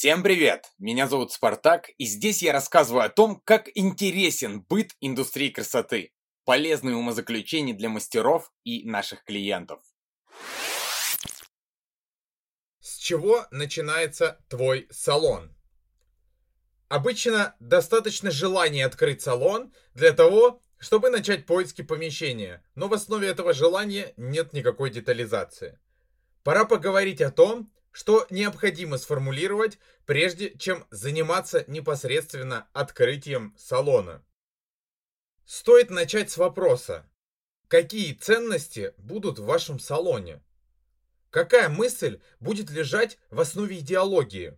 Всем привет! Меня зовут Спартак, и здесь я рассказываю о том, как интересен быт индустрии красоты, полезные умозаключения для мастеров и наших клиентов. С чего начинается твой салон? Обычно достаточно желания открыть салон для того, чтобы начать поиски помещения, но в основе этого желания нет никакой детализации. Пора поговорить о том, что необходимо сформулировать, прежде чем заниматься непосредственно открытием салона. Стоит начать с вопроса: какие ценности будут в вашем салоне? Какая мысль будет лежать в основе идеологии?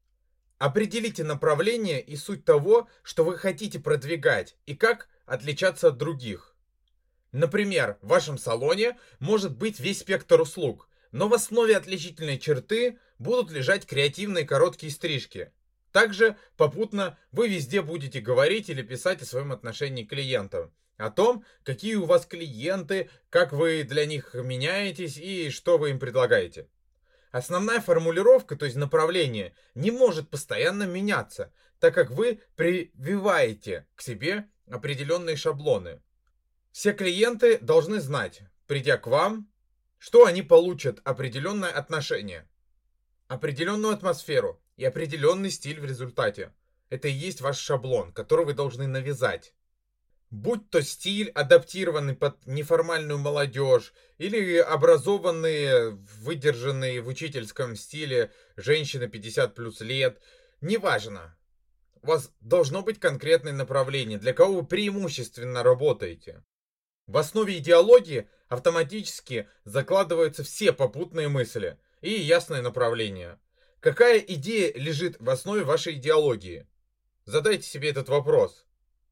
Определите направление и суть того, что вы хотите продвигать, и как отличаться от других. Например, в вашем салоне может быть весь спектр услуг, но в основе отличительной черты будут лежать креативные короткие стрижки. Также попутно вы везде будете говорить или писать о своем отношении к клиентам, о том, какие у вас клиенты, как вы для них меняетесь и что вы им предлагаете. Основная формулировка, то есть направление, не может постоянно меняться, так как вы прививаете к себе определенные шаблоны. Все клиенты должны знать, придя к вам, что они получат определенное отношение, определенную атмосферу и определенный стиль в результате. Это и есть ваш шаблон, который вы должны навязать. Будь то стиль, адаптированный под неформальную молодежь, или образованные, выдержанные в учительском стиле женщины 50 плюс лет, неважно. У вас должно быть конкретное направление, для кого вы преимущественно работаете. В основе идеологии автоматически закладываются все попутные мысли и ясное направление. Какая идея лежит в основе вашей идеологии? Задайте себе этот вопрос.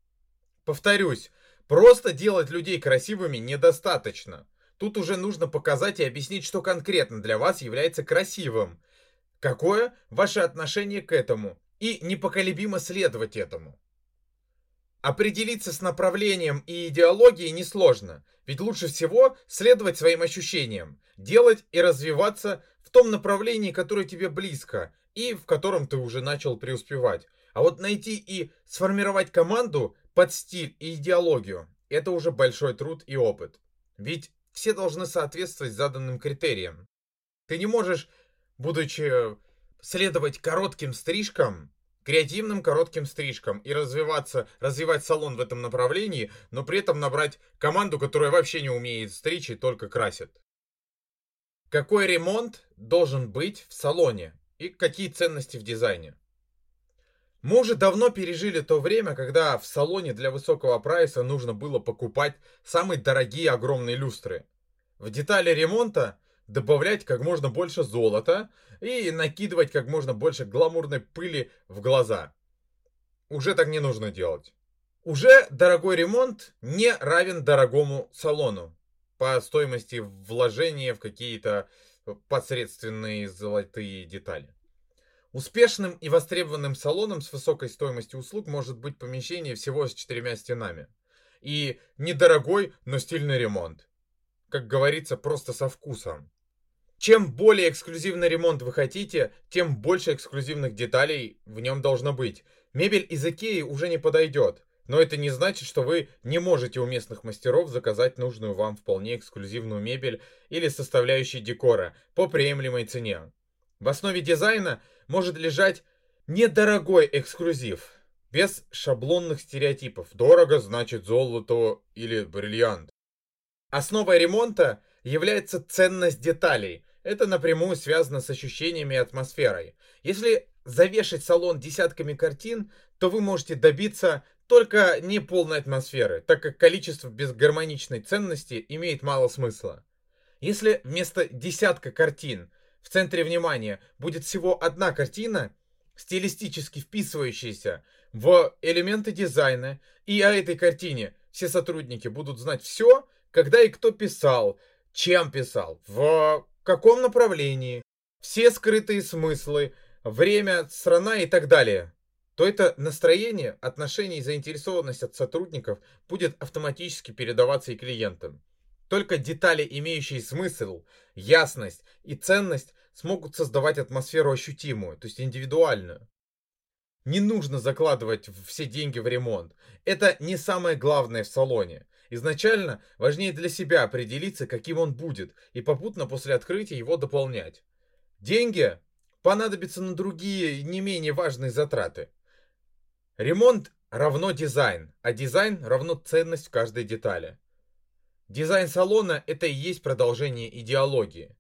Повторюсь, просто делать людей красивыми недостаточно. Тут уже нужно показать и объяснить, что конкретно для вас является красивым. Какое ваше отношение к этому? И непоколебимо следовать этому. Определиться с направлением и идеологией несложно, ведь лучше всего следовать своим ощущениям, делать и развиваться в том направлении, которое тебе близко и в котором ты уже начал преуспевать. А вот найти и сформировать команду под стиль и идеологию — это уже большой труд и опыт. Ведь все должны соответствовать заданным критериям. Ты не можешь, будучи следовать коротким стрижкам, креативным коротким стрижкам и развивать салон в этом направлении, но при этом набрать команду, которая вообще не умеет стричь и только красит. Какой ремонт должен быть в салоне и какие ценности в дизайне? Мы уже давно пережили то время, когда в салоне для высокого прайса нужно было покупать самые дорогие огромные люстры. В детали ремонта добавлять как можно больше золота и накидывать как можно больше гламурной пыли в глаза. Уже так не нужно делать. Уже дорогой ремонт не равен дорогому салону по стоимости вложения в какие-то посредственные золотые детали. Успешным и востребованным салоном с высокой стоимостью услуг может быть помещение всего с 4 стенами. И недорогой, но стильный ремонт. Как говорится, просто со вкусом. Чем более эксклюзивный ремонт вы хотите, тем больше эксклюзивных деталей в нем должно быть. Мебель из Икеи уже не подойдет. Но это не значит, что вы не можете у местных мастеров заказать нужную вам вполне эксклюзивную мебель или составляющие декора по приемлемой цене. В основе дизайна может лежать недорогой эксклюзив, без шаблонных стереотипов. Дорого значит золото или бриллиант. Основой ремонта является ценность деталей. Это напрямую связано с ощущениями и атмосферой. Если завешать салон десятками картин, то вы можете добиться только неполной атмосферы, так как количество безгармоничной ценности имеет мало смысла. Если вместо десятка картин в центре внимания будет всего одна картина, стилистически вписывающаяся в элементы дизайна, и о этой картине все сотрудники будут знать все, когда и кто писал, чем писал, в каком направлении, все скрытые смыслы, время, страна и так далее, то это настроение, отношение и заинтересованность от сотрудников будет автоматически передаваться и клиентам. Только детали, имеющие смысл, ясность и ценность, смогут создавать атмосферу ощутимую, то есть индивидуальную. Не нужно закладывать все деньги в ремонт. Это не самое главное в салоне. Изначально важнее для себя определиться, каким он будет, и попутно после открытия его дополнять. Деньги понадобятся на другие, не менее важные затраты. Ремонт равно дизайн, а дизайн равно ценность в каждой детали. Дизайн салона – это и есть продолжение идеологии.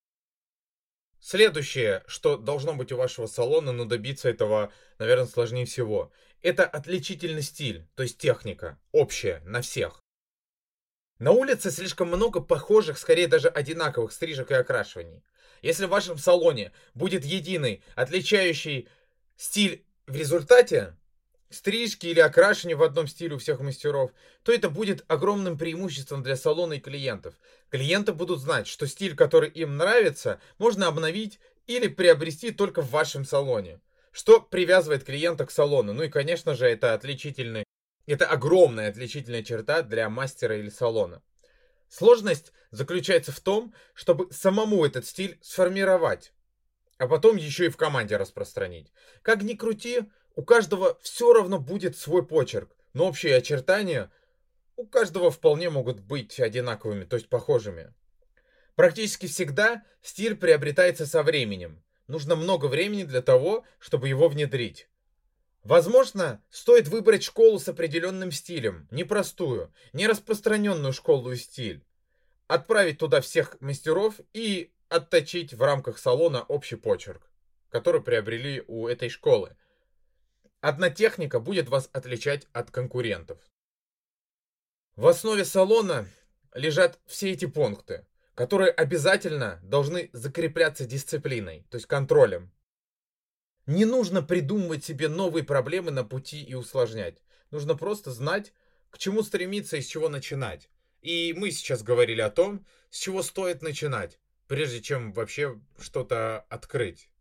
Следующее, что должно быть у вашего салона, но добиться этого, наверное, сложнее всего, это отличительный стиль, то есть техника, общая, на всех. На улице слишком много похожих, скорее даже одинаковых стрижек и окрашиваний. Если в вашем салоне будет единый, отличающий стиль в результате, стрижки или окрашивания в одном стиле у всех мастеров, то это будет огромным преимуществом для салона и клиентов. Клиенты будут знать, что стиль, который им нравится, можно обновить или приобрести только в вашем салоне. Что привязывает клиента к салону? Ну и, конечно же, это огромная отличительная черта для мастера или салона. Сложность заключается в том, чтобы самому этот стиль сформировать, а потом еще и в команде распространить. Как ни крути, у каждого все равно будет свой почерк, но общие очертания у каждого вполне могут быть одинаковыми, то есть похожими. Практически всегда стиль приобретается со временем. Нужно много времени для того, чтобы его внедрить. Возможно, стоит выбрать школу с определенным стилем, непростую, не распространенную школу и стиль. Отправить туда всех мастеров и отточить в рамках салона общий почерк, который приобрели у этой школы. Одна техника будет вас отличать от конкурентов. В основе салона лежат все эти пункты, которые обязательно должны закрепляться дисциплиной, то есть контролем. Не нужно придумывать себе новые проблемы на пути и усложнять. Нужно просто знать, к чему стремиться и с чего начинать. И мы сейчас говорили о том, с чего стоит начинать, прежде чем вообще что-то открыть.